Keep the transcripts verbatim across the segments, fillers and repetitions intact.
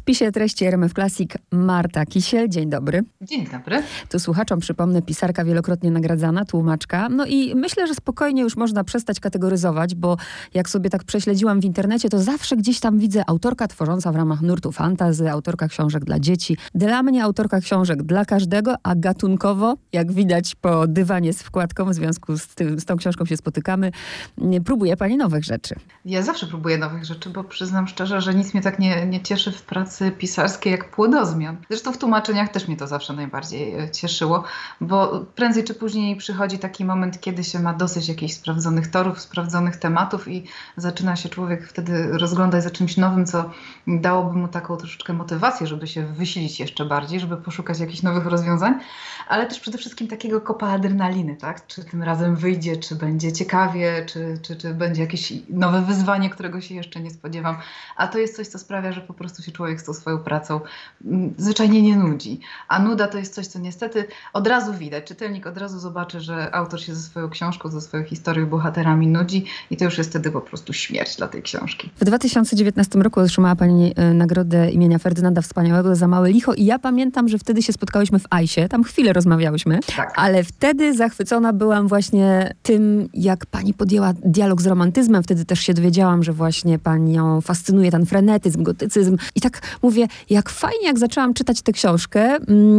spisie treści R M F Classic Marta Kisiel. Dzień dobry. Dzień dobry. Tu słuchaczom przypomnę, pisarka wielokrotnie nagradzana, tłumaczka. No i myślę, że spokojnie już można przestać kategoryzować, bo jak sobie tak prześledziłam w internecie, to zawsze gdzieś tam widzę autorka tworząca w ramach nurtu fantasy, autorka książek dla dzieci. Dla mnie autorka książek dla każdego, a gatunkowo, jak widać po dywanie z wkładką, w związku z, tym, z tą książką się spotykamy, próbuje pani nowych rzeczy. Ja zawsze próbuję nowych rzeczy, bo przyznam szczerze, że nic mnie tak nie, nie cieszy w pracy pisarskiej jak płodozmian. Zresztą w tłumaczeniach też mnie to zawsze najbardziej cieszyło, bo prędzej czy później przychodzi taki moment, kiedy się ma dosyć jakichś sprawdzonych torów, sprawdzonych tematów i zaczyna się człowiek wtedy rozglądać za czymś nowym, co dałoby mu taką troszeczkę motywację, żeby się wysilić jeszcze bardziej, żeby poszukać jakichś nowych rozwiązań, ale też przede wszystkim takiego kopa adrenaliny, tak? Czy tym razem wyjdzie, czy będzie ciekawie, czy, czy, czy będzie jakieś nowe wyzwanie, którego się jeszcze nie spodziewam. A to jest coś, co sprawia, że po prostu się człowiek z tą swoją pracą m, zwyczajnie nie nudzi. A nuda to jest coś, co niestety od razu widać. Czytelnik od razu zobaczy, że autor się ze swoją książką, ze swoją historią, bohaterami nudzi i to już jest wtedy po prostu śmierć dla tej książki. W dwa tysiące dziewiętnastym roku otrzymała pani y, nagrodę imienia Ferdynanda Wspaniałego za Małe licho i ja pamiętam, że wtedy się spotkałyśmy w Ajsie, tam chwilę rozmawiałyśmy, tak. Ale wtedy zachwycona byłam właśnie tym, jak pani podjęła dialog z romantyzmem. Wtedy też się dowiedziałam, że właśnie panią fascynuje ten frenetyzm, gotycyzm. I tak mówię, jak fajnie, jak zaczęłam czytać tę książkę,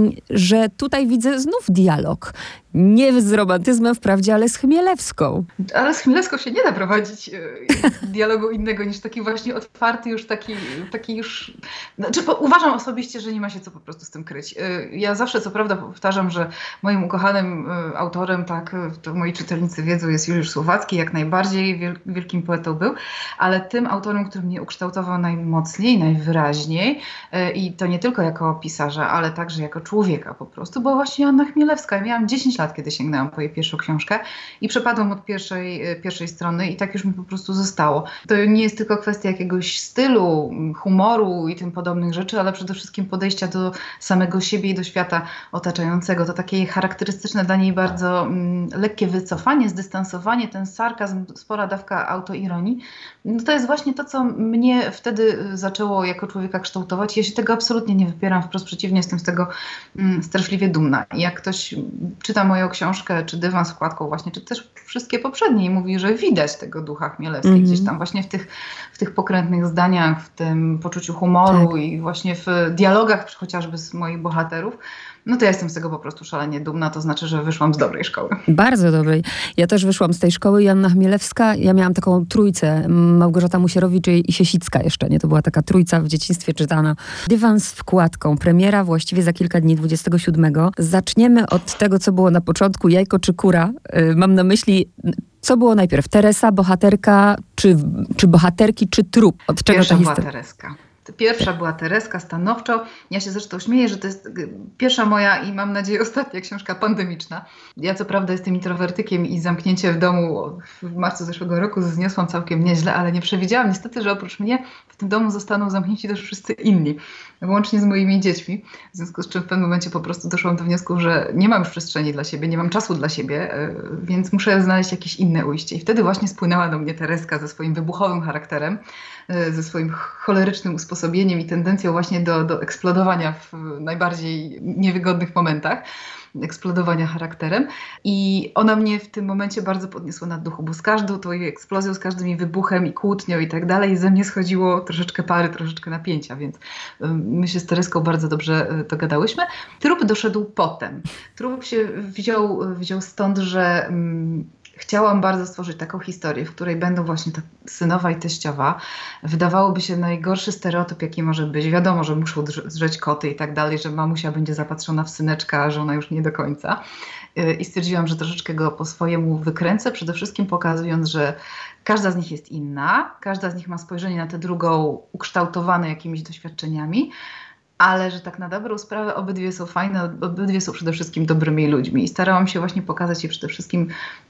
że tutaj widzę znów dialog. Nie z romantyzmem wprawdzie, ale z Chmielewską. Ale z Chmielewską się nie da prowadzić dialogu innego niż taki właśnie otwarty, już taki, taki już... Znaczy, uważam osobiście, że nie ma się co po prostu z tym kryć. Ja zawsze co prawda powtarzam, że moim ukochanym autorem, tak, to moi czytelnicy wiedzą, jest Juliusz Słowacki, jak najbardziej wielkim poetą był, ale tym autorem, który mnie ukształtował najmocniej, najwyraźniej i to nie tylko jako pisarza, ale także jako człowieka po prostu, była właśnie Anna Chmielewska. Ja miałam dziesięć lat, kiedy sięgnęłam po jej pierwszą książkę i przepadłam od pierwszej, pierwszej strony i tak już mi po prostu zostało. To nie jest tylko kwestia jakiegoś stylu, humoru i tym podobnych rzeczy, ale przede wszystkim podejścia do samego siebie i do świata otaczającego. To takie charakterystyczne dla niej bardzo mm, lekkie wycofanie, zdystansowanie, ten sarkazm, spora dawka autoironii. No to jest właśnie to, co mnie wtedy zaczęło jako człowieka kształtować. Ja się tego absolutnie nie wypieram, wprost przeciwnie, jestem z tego mm, straszliwie dumna. I jak ktoś czyta moją książkę, czy Dywan z wkładką właśnie, czy też wszystkie poprzednie i mówi, że widać tego ducha Chmielewskiej mm-hmm. gdzieś tam właśnie w tych, w tych pokrętnych zdaniach, w tym poczuciu humoru tak. i właśnie w dialogach chociażby z moich bohaterów, no to ja jestem z tego po prostu szalenie dumna, to znaczy, że wyszłam z dobrej szkoły. Bardzo dobrej. Ja też wyszłam z tej szkoły i Anna Chmielewska, ja miałam taką trójcę, Małgorzata Musierowicz i Siesicka jeszcze, nie? To była taka trójca w dzieciństwie czytana. Dywan z wkładką, premiera właściwie za kilka dni, dwudziestego siódmego. Zaczniemy od tego, co było na początku, jajko czy kura. Mam na myśli... Co było najpierw? Teresa, bohaterka, czy, czy bohaterki, czy trup? Od czego Pierwsza ta była historia? Tereska. Pierwsza była Tereska, stanowczo. Ja się zresztą śmieję, że to jest pierwsza moja i mam nadzieję ostatnia książka pandemiczna. Ja co prawda jestem introwertykiem i zamknięcie w domu w marcu zeszłego roku zniosłam całkiem nieźle, ale nie przewidziałam niestety, że oprócz mnie w tym domu zostaną zamknięci też wszyscy inni, łącznie z moimi dziećmi. W związku z czym w pewnym momencie po prostu doszłam do wniosku, że nie mam już przestrzeni dla siebie, nie mam czasu dla siebie, więc muszę znaleźć jakieś inne ujście. I wtedy właśnie spłynęła do mnie Tereska ze swoim wybuchowym charakterem, ze swoim cholerycznym usposobieniem i tendencją właśnie do, do eksplodowania w najbardziej niewygodnych momentach, eksplodowania charakterem. I ona mnie w tym momencie bardzo podniosła na duchu, bo z każdą tą jej eksplozją, z każdym jej wybuchem i kłótnią i tak dalej ze mnie schodziło troszeczkę pary, troszeczkę napięcia, więc my się z Tereską bardzo dobrze dogadałyśmy. Trup doszedł potem. Trup się wziął, wziął stąd, że um, chciałam bardzo stworzyć taką historię, w której będą właśnie ta synowa i teściowa. Wydawałoby się najgorszy stereotyp, jaki może być. Wiadomo, że muszą drzeć koty i tak dalej, że mamusia będzie zapatrzona w syneczka, a żona już nie do końca. I stwierdziłam, że troszeczkę go po swojemu wykręcę, przede wszystkim pokazując, że każda z nich jest inna, każda z nich ma spojrzenie na tę drugą ukształtowane jakimiś doświadczeniami, ale że tak na dobrą sprawę obydwie są fajne, obydwie są przede wszystkim dobrymi ludźmi. I starałam się właśnie pokazać je przede wszystkim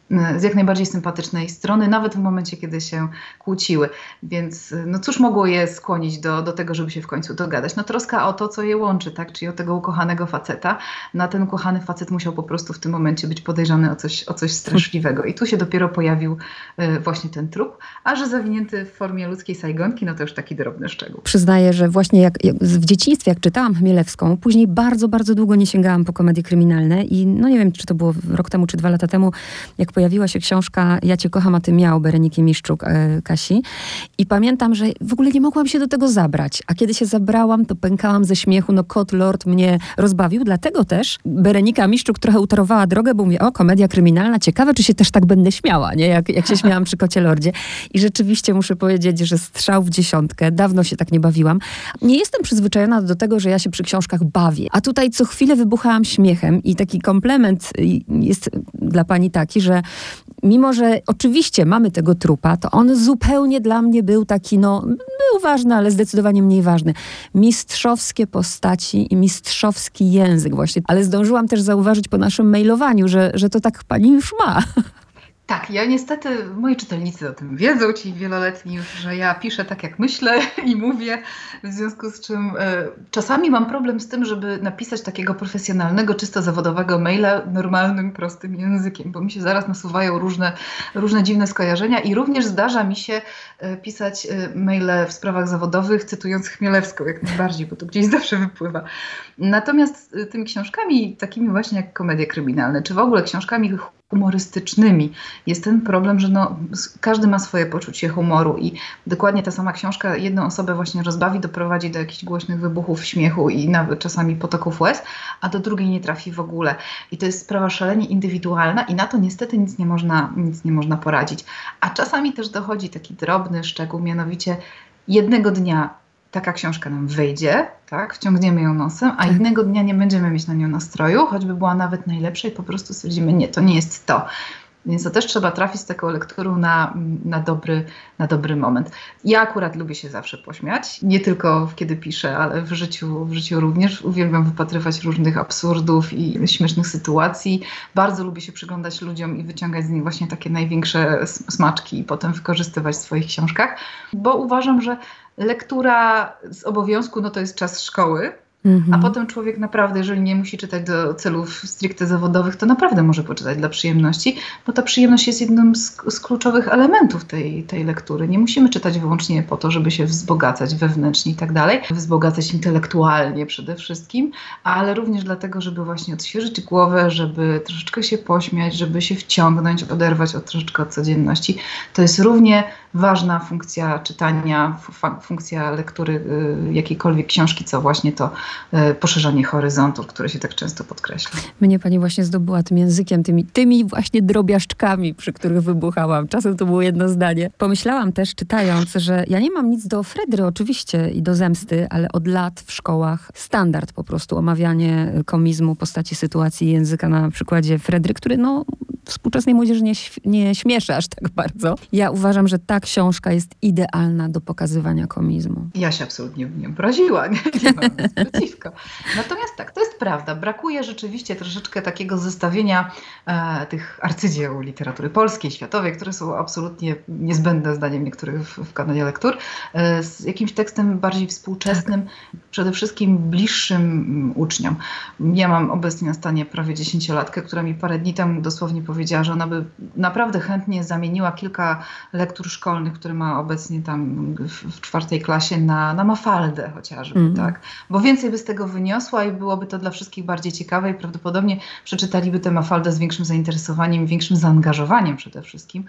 z jak najbardziej sympatycznej strony, nawet w momencie, kiedy się kłóciły. Więc no cóż mogło je skłonić do, do tego, żeby się w końcu dogadać? No troska o to, co je łączy, tak? Czyli o tego ukochanego faceta. No a ten ukochany facet musiał po prostu w tym momencie być podejrzany o coś, o coś straszliwego. I tu się dopiero pojawił y, właśnie ten trup, a że zawinięty w formie ludzkiej sajgonki, no to już taki drobny szczegół. Przyznaję, że właśnie jak, jak w dzieciństwie, jak czytałam Chmielewską, później bardzo, bardzo długo nie sięgałam po komedie kryminalne i no nie wiem, czy to było rok temu, czy dwa lata temu, jak pojawiła się książka Ja cię kocham, a ty miał, Bereniki Miszczuk, e, Kasi. I pamiętam, że w ogóle nie mogłam się do tego zabrać. A kiedy się zabrałam, to pękałam ze śmiechu. No kot Lord mnie rozbawił. Dlatego też Berenika Miszczuk trochę utorowała drogę, bo mówię, o, komedia kryminalna, ciekawe, czy się też tak będę śmiała, nie? Jak, jak się śmiałam przy Kocie Lordzie. I rzeczywiście muszę powiedzieć, że strzał w dziesiątkę. Dawno się tak nie bawiłam. Nie jestem przyzwyczajona do tego, że ja się przy książkach bawię. A tutaj co chwilę wybuchałam śmiechem i taki komplement jest dla pani taki, że mimo, że oczywiście mamy tego trupa, to on zupełnie dla mnie był taki, no, był ważny, ale zdecydowanie mniej ważny. Mistrzowskie postaci i mistrzowski język właśnie. Ale zdążyłam też zauważyć po naszym mailowaniu, że, że to tak pani już ma. Tak, ja niestety, moi czytelnicy o tym wiedzą, ci wieloletni już, że ja piszę tak jak myślę i mówię, w związku z czym e, czasami mam problem z tym, żeby napisać takiego profesjonalnego, czysto zawodowego maila normalnym, prostym językiem, bo mi się zaraz nasuwają różne, różne dziwne skojarzenia i również zdarza mi się e, pisać e, maile w sprawach zawodowych, cytując Chmielewską jak najbardziej, bo to gdzieś zawsze wypływa. Natomiast e, tymi książkami, takimi właśnie jak komedie kryminalne, czy w ogóle książkami humorystycznymi, jest ten problem, że no, każdy ma swoje poczucie humoru i dokładnie ta sama książka jedną osobę właśnie rozbawi, doprowadzi do jakichś głośnych wybuchów śmiechu i nawet czasami potoków łez, a do drugiej nie trafi w ogóle. I to jest sprawa szalenie indywidualna i na to niestety nic nie można, nic nie można poradzić. A czasami też dochodzi taki drobny szczegół, mianowicie jednego dnia taka książka nam wyjdzie, tak, wciągniemy ją nosem, a jednego dnia nie będziemy mieć na nią nastroju, choćby była nawet najlepsza i po prostu stwierdzimy, nie, to nie jest to. Więc to też trzeba trafić z taką lekturą na, na, dobry, na dobry moment. Ja akurat lubię się zawsze pośmiać, nie tylko kiedy piszę, ale w życiu, w życiu również. Uwielbiam wypatrywać różnych absurdów i śmiesznych sytuacji. Bardzo lubię się przyglądać ludziom i wyciągać z nich właśnie takie największe smaczki i potem wykorzystywać w swoich książkach, bo uważam, że lektura z obowiązku, no to jest czas szkoły, mhm. a potem człowiek naprawdę, jeżeli nie musi czytać do celów stricte zawodowych, to naprawdę może poczytać dla przyjemności, bo ta przyjemność jest jednym z, z kluczowych elementów tej, tej lektury. Nie musimy czytać wyłącznie po to, żeby się wzbogacać wewnętrznie i tak dalej, wzbogacać intelektualnie przede wszystkim, ale również dlatego, żeby właśnie odświeżyć głowę, żeby troszeczkę się pośmiać, żeby się wciągnąć, oderwać od troszeczkę od codzienności. To jest równie ważna funkcja czytania, funkcja lektury y, jakiejkolwiek książki, co właśnie to y, poszerzanie horyzontów, które się tak często podkreśla. Mnie pani właśnie zdobyła tym językiem, tymi, tymi właśnie drobiażdżkami, przy których wybuchałam. Czasem to było jedno zdanie. Pomyślałam też, czytając, że ja nie mam nic do Fredry oczywiście i do zemsty, ale od lat w szkołach standard po prostu omawianie komizmu, postaci, sytuacji, języka na przykładzie Fredry, który no współczesnej młodzieży nie, nie śmieszy aż tak bardzo. Ja uważam, że ta książka jest idealna do pokazywania komizmu. Ja się absolutnie w nią poraziła, nie, nie mam nic przeciwko. Natomiast tak, to jest prawda. Brakuje rzeczywiście troszeczkę takiego zestawienia e, tych arcydzieł literatury polskiej, światowej, które są absolutnie niezbędne zdaniem niektórych w, w kanonie lektur, e, z jakimś tekstem bardziej współczesnym, tak. przede wszystkim bliższym uczniom. Ja mam obecnie na stanie prawie dziesięciolatkę, która mi parę dni temu dosłownie powiedziała, że ona by naprawdę chętnie zamieniła kilka lektur szkolnych, które ma obecnie tam w, w czwartej klasie na, na Mafaldę chociażby, mm. tak? Bo więcej by z tego wyniosła i byłoby to dla wszystkich bardziej ciekawe i prawdopodobnie przeczytaliby tę Mafaldę z większym zainteresowaniem, większym zaangażowaniem przede wszystkim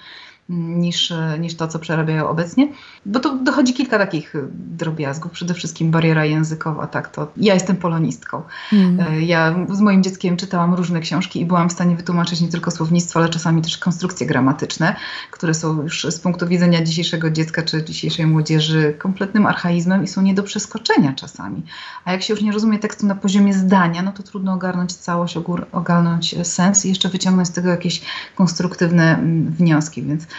niż, niż to, co przerabiają obecnie. Bo tu dochodzi kilka takich drobiazgów, przede wszystkim bariera językowa, tak, to ja jestem polonistką. Mm. Ja z moim dzieckiem czytałam różne książki i byłam w stanie wytłumaczyć nie tylko słownictwo, ale czasami też konstrukcje gramatyczne, które są już z punktu widzenia dzisiejszego dziecka czy dzisiejszej młodzieży kompletnym archaizmem i są nie do przeskoczenia czasami. A jak się już nie rozumie tekstu na poziomie zdania, no to trudno ogarnąć całość, ogarnąć sens i jeszcze wyciągnąć z tego jakieś konstruktywne wnioski, więc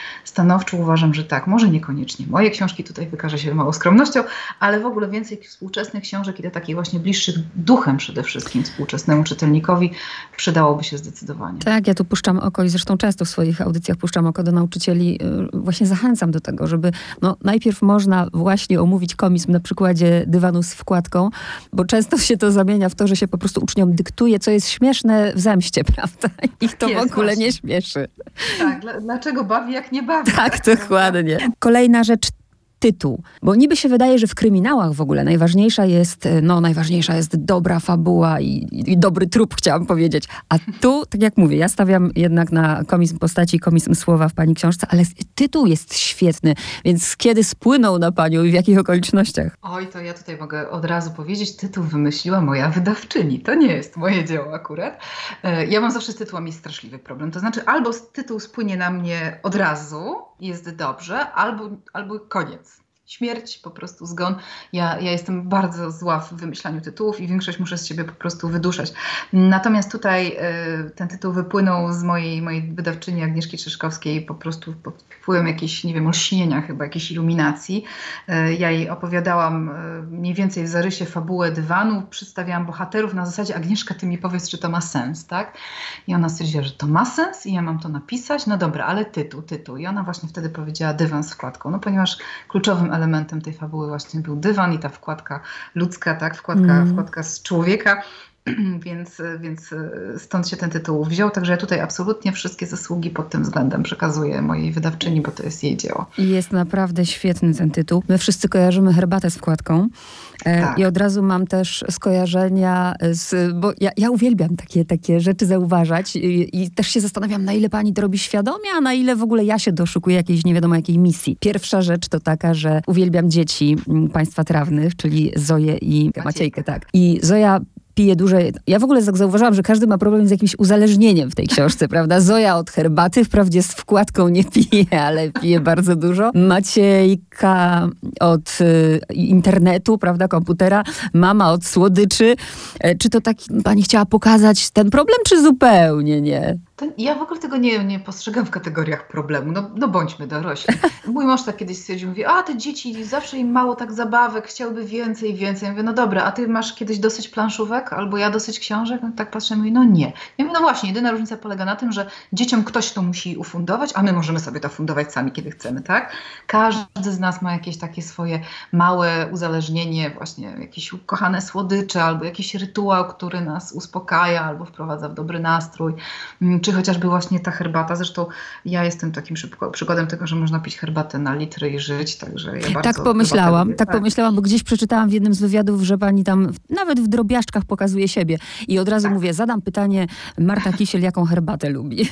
stanowczo uważam, że tak, może niekoniecznie moje książki, tutaj wykażę się małą skromnością, ale w ogóle więcej współczesnych książek i takich właśnie bliższych duchem przede wszystkim współczesnemu czytelnikowi przydałoby się zdecydowanie. Tak, ja tu puszczam oko i zresztą często w swoich audycjach puszczam oko do nauczycieli. Właśnie zachęcam do tego, żeby no, najpierw można właśnie omówić komizm na przykładzie dywanu z wkładką, bo często się to zamienia w to, że się po prostu uczniom dyktuje, co jest śmieszne w zemście, prawda? Ich to jest, w ogóle właśnie nie śmieszy. Tak, dlaczego bawi, jak nie bawi? Tak, tak, dokładnie. Kolejna rzecz, tytuł. Bo niby się wydaje, że w kryminałach w ogóle najważniejsza jest, no najważniejsza jest dobra fabuła i, i, i dobry trup, chciałam powiedzieć. A tu, tak jak mówię, ja stawiam jednak na komizm postaci, komizm słowa w pani książce, ale tytuł jest świetny, więc kiedy spłynął na panią i w jakich okolicznościach? Oj, to ja tutaj mogę od razu powiedzieć, tytuł wymyśliła moja wydawczyni. To nie jest moje dzieło akurat. Ja mam zawsze z tytułami straszliwy problem. To znaczy albo tytuł spłynie na mnie od razu, jest dobrze, albo, albo koniec. Śmierć, po prostu zgon. Ja, ja jestem bardzo zła w wymyślaniu tytułów i większość muszę z siebie po prostu wyduszać. Natomiast tutaj y, ten tytuł wypłynął z mojej, mojej wydawczyni Agnieszki Czyszkowskiej po prostu pod wpływem jakiejś, nie wiem, olśnienia chyba, jakiejś iluminacji. Y, ja jej opowiadałam y, mniej więcej w zarysie fabułę dywanu, przedstawiałam bohaterów na zasadzie Agnieszka, ty mi powiedz, czy to ma sens, tak? I ona stwierdziła, że to ma sens i ja mam to napisać. No dobra, ale tytuł, tytuł. I ona właśnie wtedy powiedziała dywan z wkładką. No ponieważ kluczowym elementem tej fabuły właśnie był dywan i ta wkładka ludzka, tak, wkładka, mm. wkładka z człowieka, więc, więc stąd się ten tytuł wziął, także ja tutaj absolutnie wszystkie zasługi pod tym względem przekazuję mojej wydawczyni, bo to jest jej dzieło. I jest naprawdę świetny ten tytuł. My wszyscy kojarzymy herbatę z wkładką. Tak. I od razu mam też skojarzenia z, bo ja, ja uwielbiam takie, takie rzeczy zauważać i, i też się zastanawiam, na ile pani to robi świadomie, a na ile w ogóle ja się doszukuję jakiejś nie wiadomo jakiej misji. Pierwsza rzecz to taka, że uwielbiam dzieci państwa trawnych, czyli Zoję i Maciejkę, Maciejkę tak. I Zoja pije dużo. Ja w ogóle tak zauważyłam, że każdy ma problem z jakimś uzależnieniem w tej książce, prawda? Zoja od herbaty, wprawdzie z wkładką nie pije, ale pije bardzo dużo. Maciejka od y, internetu, prawda, komputera. Mama od słodyczy. E, czy to tak pani chciała pokazać ten problem, czy zupełnie nie? To ja w ogóle tego nie, nie postrzegam w kategoriach problemu. No, no bądźmy dorośli. Mój mąż tak kiedyś stwierdził, mówi, a te dzieci, zawsze im mało tak zabawek, chciałby więcej i więcej. Ja mówię, no dobra, a ty masz kiedyś dosyć planszówek? Albo ja dosyć książek? No, tak patrzę i mówię, no nie. Ja mówię, no właśnie, jedyna różnica polega na tym, że dzieciom ktoś to musi ufundować, a my możemy sobie to fundować sami, kiedy chcemy, tak? Każdy z nas ma jakieś takie swoje małe uzależnienie, właśnie jakieś ukochane słodycze, albo jakiś rytuał, który nas uspokaja, albo wprowadza w dobry nastrój. Czy chociażby właśnie ta herbata. Zresztą ja jestem takim przykładem tego, że można pić herbatę na litry i żyć, także ja bardzo... Tak pomyślałam, lubię, tak, tak pomyślałam, bo gdzieś przeczytałam w jednym z wywiadów, że pani tam nawet w drobiażdżkach pokazuje siebie. I od razu tak. mówię, zadam pytanie, Marta Kisiel, jaką herbatę lubi?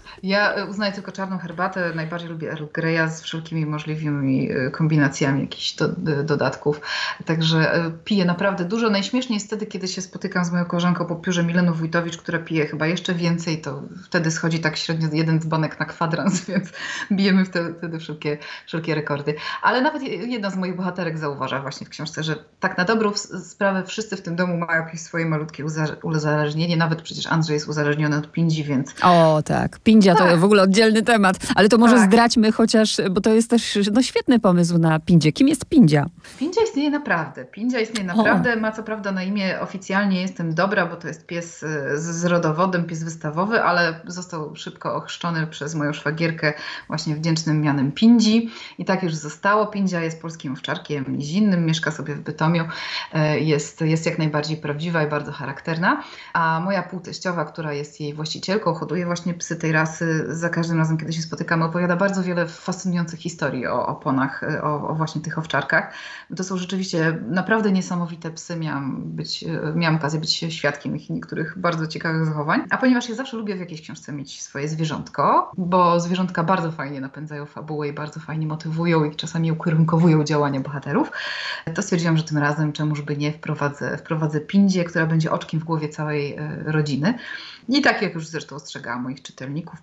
Ja uznaję tylko czarną herbatę, najbardziej lubię Earl Greya z wszelkimi możliwymi kombinacjami jakichś do, dodatków. Także piję naprawdę dużo. Najśmieszniej jest wtedy, kiedy się spotykam z moją koleżanką po piórze Mileną Wójtowicz, która pije chyba jeszcze więcej, to wtedy schodzi tak średnio jeden dzbanek na kwadrans, więc bijemy wtedy, wtedy wszelkie, wszelkie rekordy. Ale nawet jedna z moich bohaterek zauważa właśnie w książce, że tak na dobrą sprawę wszyscy w tym domu mają jakieś swoje malutkie uzależnienie. Nawet przecież Andrzej jest uzależniony od pindzi, więc... O tak, pindzia to tak. w ogóle oddzielny temat. Ale to może tak. zdradźmy chociaż, bo to jest też no, świetny pomysł na pindzie. Kim jest pindzia? Pindzia istnieje naprawdę. Pindzia istnieje naprawdę. O. Ma co prawda na imię oficjalnie Jestem Dobra, bo to jest pies z, z rodowodem, pies wystawowy, ale został szybko ochrzczony przez moją szwagierkę właśnie wdzięcznym mianem Pindzi. I tak już zostało. Pindzia jest polskim owczarkiem nizinnym, mieszka sobie w Bytomiu. Jest, jest jak najbardziej prawdziwa i bardzo charakterna. A moja półteściowa, która jest jej właścicielką, hoduje właśnie psy tej rasy. Za każdym razem, kiedy się spotykamy, opowiada bardzo wiele fascynujących historii o oponach, o, o właśnie tych owczarkach. To są rzeczywiście naprawdę niesamowite psy. Miałam, być, miałam okazję być świadkiem ich niektórych bardzo ciekawych zachowań. A ponieważ ja zawsze lubię w jakiejś książce mieć swoje zwierzątko, bo zwierzątka bardzo fajnie napędzają fabułę i bardzo fajnie motywują i czasami ukierunkowują działania bohaterów, to stwierdziłam, że tym razem czemuż by nie wprowadzę, wprowadzę Pindzię, która będzie oczkiem w głowie całej rodziny. I tak jak już zresztą ostrzegałam moich czytelników,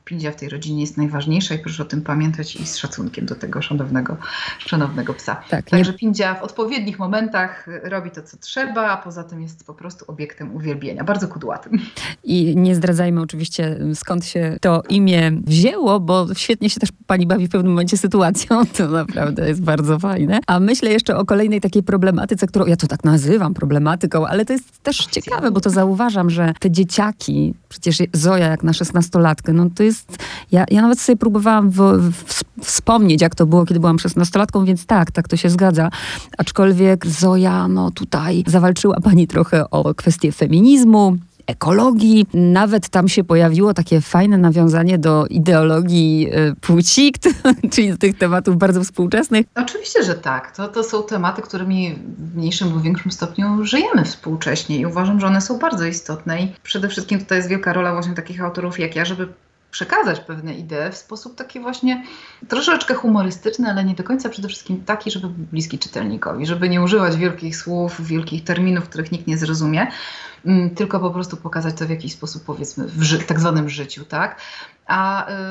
Pindzia w tej rodzinie jest najważniejsza i proszę o tym pamiętać i z szacunkiem do tego szanownego, szanownego psa. Tak, Także nie... Pindzia w odpowiednich momentach robi to, co trzeba, a poza tym jest po prostu obiektem uwielbienia. Bardzo kudłatym. I nie zdradzajmy oczywiście, skąd się to imię wzięło, bo świetnie się też pani bawi w pewnym momencie sytuacją. To naprawdę jest bardzo fajne. A myślę jeszcze o kolejnej takiej problematyce, którą ja to tak nazywam problematyką, ale to jest też ciekawe, bo to zauważam, że te dzieciaki, przecież Zoja jak na szesnastolatkę, no to jest... Ja, ja nawet sobie próbowałam w, w, wspomnieć, jak to było, kiedy byłam szesnastolatką, więc tak, tak to się zgadza. Aczkolwiek Zoja, no tutaj zawalczyła pani trochę o kwestię feminizmu, ekologii. Nawet tam się pojawiło takie fajne nawiązanie do ideologii y, płci, czyli do tych tematów bardzo współczesnych. Oczywiście, że tak. To, to są tematy, którymi w mniejszym lub większym stopniu żyjemy współcześnie i uważam, że one są bardzo istotne. I przede wszystkim tutaj jest wielka rola właśnie takich autorów jak ja, żeby przekazać pewne idee w sposób taki właśnie troszeczkę humorystyczny, ale nie do końca przede wszystkim taki, żeby był bliski czytelnikowi, żeby nie używać wielkich słów, wielkich terminów, których nikt nie zrozumie, tylko po prostu pokazać to w jakiś sposób, powiedzmy, w ży- tak zwanym życiu, tak? A y-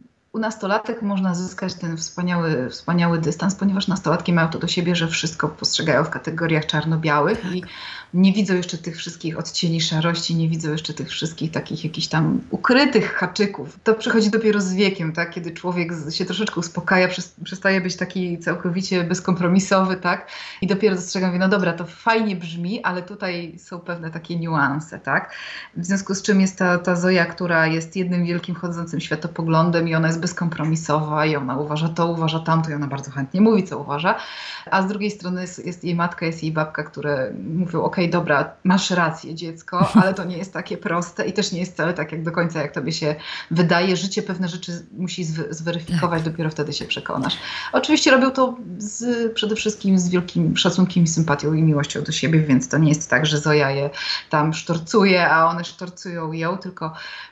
u nastolatek można zyskać ten wspaniały, wspaniały dystans, ponieważ nastolatki mają to do siebie, że wszystko postrzegają w kategoriach czarno-białych i nie widzą jeszcze tych wszystkich odcieni szarości, nie widzą jeszcze tych wszystkich takich jakichś tam ukrytych haczyków. To przychodzi dopiero z wiekiem, tak? Kiedy człowiek się troszeczkę uspokaja, przestaje być taki całkowicie bezkompromisowy, tak? I dopiero dostrzegam, mówię, no dobra, to fajnie brzmi, ale tutaj są pewne takie niuanse, tak? W związku z czym jest ta, ta Zoja, która jest jednym wielkim chodzącym światopoglądem i ona jest bezkompromisowa i ona uważa to, uważa tamto i ona bardzo chętnie mówi, co uważa. A z drugiej strony jest, jest jej matka, jest jej babka, które mówią, okej, okay, dobra, masz rację dziecko, ale to nie jest takie proste i też nie jest wcale tak jak do końca, jak tobie się wydaje. Życie pewne rzeczy musi zwy- zweryfikować, dopiero wtedy się przekonasz. Oczywiście robią to z, przede wszystkim z wielkim szacunkiem i sympatią i miłością do siebie, więc to nie jest tak, że Zoja je tam sztorcuje, a one sztorcują ją, tylko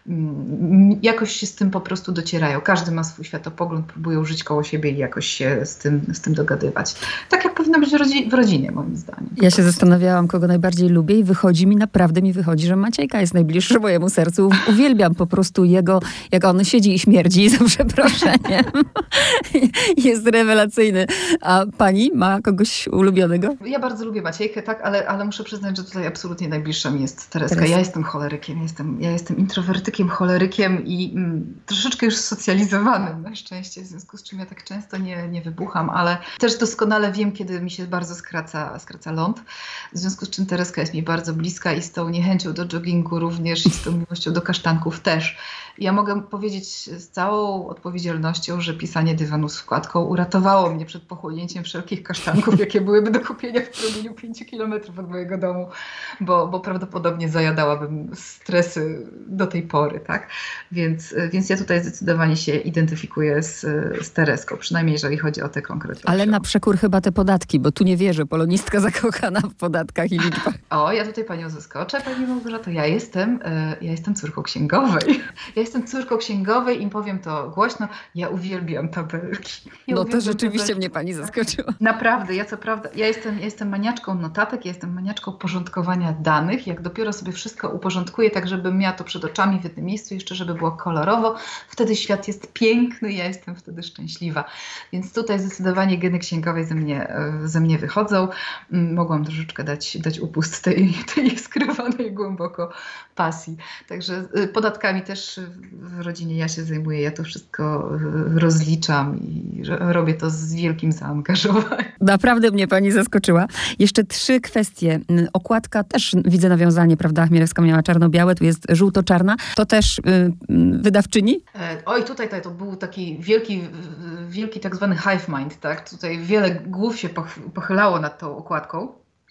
mm, jakoś się z tym po prostu docierają. Każdy ma swój światopogląd, próbują żyć koło siebie i jakoś się z tym, z tym dogadywać. Tak jak powinno być w, rodzi- w rodzinie, moim zdaniem. Ja się zastanawiałam, kogo najbardziej lubię i wychodzi mi, naprawdę mi wychodzi, że Maciejka jest najbliższy mojemu sercu. Uwielbiam po prostu jego, jak on siedzi i śmierdzi, za przeproszeniem. Jest rewelacyjny. A pani ma kogoś ulubionego? Ja bardzo lubię Maciejkę, tak, ale, ale muszę przyznać, że tutaj absolutnie najbliższa mi jest Tereska. Tereska. Ja jestem cholerykiem, ja jestem, ja jestem introwertykiem, cholerykiem i mm, troszeczkę już socjalizowanym na szczęście, w związku z czym ja tak często nie, nie wybucham, ale też doskonale wiem, kiedy mi się bardzo skraca, skraca ląd, w związku z czym Tereska jest mi bardzo bliska i z tą niechęcią do joggingu również i z tą miłością do kasztanków też. Ja mogę powiedzieć z całą odpowiedzialnością, że pisanie dywanu z wkładką uratowało mnie przed pochłonięciem wszelkich kasztanków, jakie byłyby do kupienia w promieniu pięciu kilometrów od mojego domu, bo, bo prawdopodobnie zajadałabym stresy do tej pory, tak? Więc, więc ja tutaj zdecydowanie się identyfikuję z, z Tereską, przynajmniej jeżeli chodzi o te konkretne. Ale na przekór chyba te podatki, bo tu nie wierzę, polonistka zakochana w podatkach i liczbach. O, ja tutaj panią zaskoczę, pani Małgorzato, ja jestem, ja jestem córką księgowej. Ja jestem córką księgowej i powiem to głośno, ja uwielbiam tabelki. Ja no uwielbiam to rzeczywiście tabelki. Mnie pani zaskoczyła. Naprawdę, ja co prawda, ja jestem, ja jestem maniaczką notatek, ja jestem maniaczką porządkowania danych. Jak dopiero sobie wszystko uporządkuję, tak żebym miała to przed oczami w jednym miejscu, jeszcze żeby było kolorowo, wtedy świat jest piękny, ja jestem wtedy szczęśliwa. Więc tutaj zdecydowanie geny księgowej ze mnie, ze mnie wychodzą. Mogłam troszeczkę dać, dać upust tej, tej skrywanej głęboko pasji. Także podatkami też w rodzinie ja się zajmuję, ja to wszystko rozliczam i robię to z wielkim zaangażowaniem. Naprawdę mnie pani zaskoczyła. Jeszcze trzy kwestie. Okładka też widzę nawiązanie, prawda? Chmielewska miała czarno-białe, tu jest żółto-czarna. To też yy, wydawczyni? Oj, tutaj to był taki wielki, wielki tak zwany hive mind, tak? Tutaj wiele głów się pochylało nad tą okładką.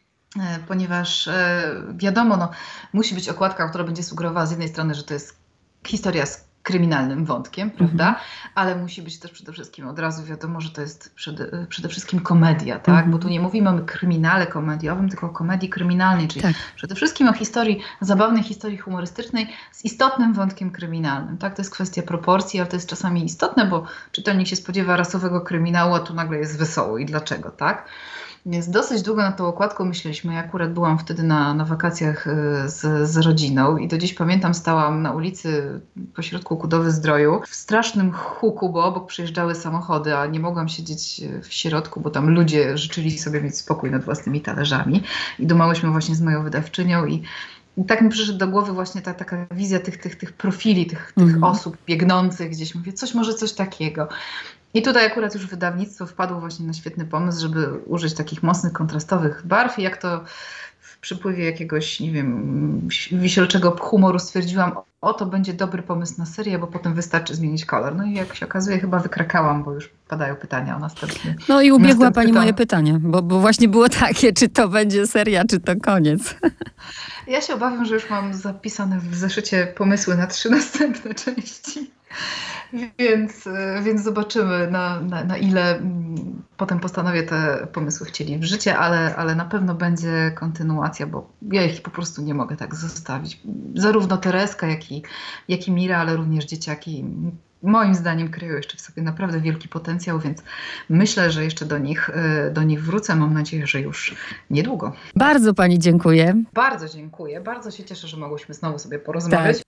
Ponieważ wiadomo, no, musi być okładka, która będzie sugerowała z jednej strony, że to jest historia z kryminalnym wątkiem, prawda? Mm-hmm. Ale musi być też przede wszystkim od razu wiadomo, że to jest przede, przede wszystkim komedia, tak? Mm-hmm. Bo tu nie mówimy o kryminale komediowym, tylko o komedii kryminalnej, czyli tak. Przede wszystkim o historii, zabawnej historii humorystycznej z istotnym wątkiem kryminalnym, tak? To jest kwestia proporcji, ale to jest czasami istotne, bo czytelnik się spodziewa rasowego kryminału, a tu nagle jest wesoło i dlaczego, tak? Więc dosyć długo nad tą okładką myśleliśmy. Ja akurat byłam wtedy na, na wakacjach z, z rodziną i do dziś pamiętam, stałam na ulicy pośrodku Kudowy-Zdroju w strasznym huku, bo obok przyjeżdżały samochody, a nie mogłam siedzieć w środku, bo tam ludzie życzyli sobie mieć spokój nad własnymi talerzami. I dumałyśmy właśnie z moją wydawczynią i I tak mi przyszedł do głowy właśnie ta taka wizja tych, tych, tych profili, tych, tych Mhm. osób biegnących gdzieś. Mówię, coś może coś takiego. I tutaj akurat już wydawnictwo wpadło właśnie na świetny pomysł, żeby użyć takich mocnych, kontrastowych barw. I jak to w przypływie jakiegoś, nie wiem, wisielczego humoru stwierdziłam, o, to będzie dobry pomysł na serię, bo potem wystarczy zmienić kolor. No i jak się okazuje, chyba wykrakałam, bo już padają pytania o następny. No i ubiegła następny pani tom. moje pytanie, bo, bo właśnie było takie, czy to będzie seria, czy to koniec. Ja się obawiam, że już mam zapisane w zeszycie pomysły na trzy następne części. Więc, więc zobaczymy, na, na, na ile mm, potem postanowię te pomysły wcielić w życie, ale, ale na pewno będzie kontynuacja, bo ja ich po prostu nie mogę tak zostawić. Zarówno Tereska, jak i, jak i Mira, ale również dzieciaki moim zdaniem kryją jeszcze w sobie naprawdę wielki potencjał, więc myślę, że jeszcze do nich, do nich wrócę. Mam nadzieję, że już niedługo. Bardzo pani dziękuję. Bardzo dziękuję. Bardzo się cieszę, że mogłyśmy znowu sobie porozmawiać. Tak.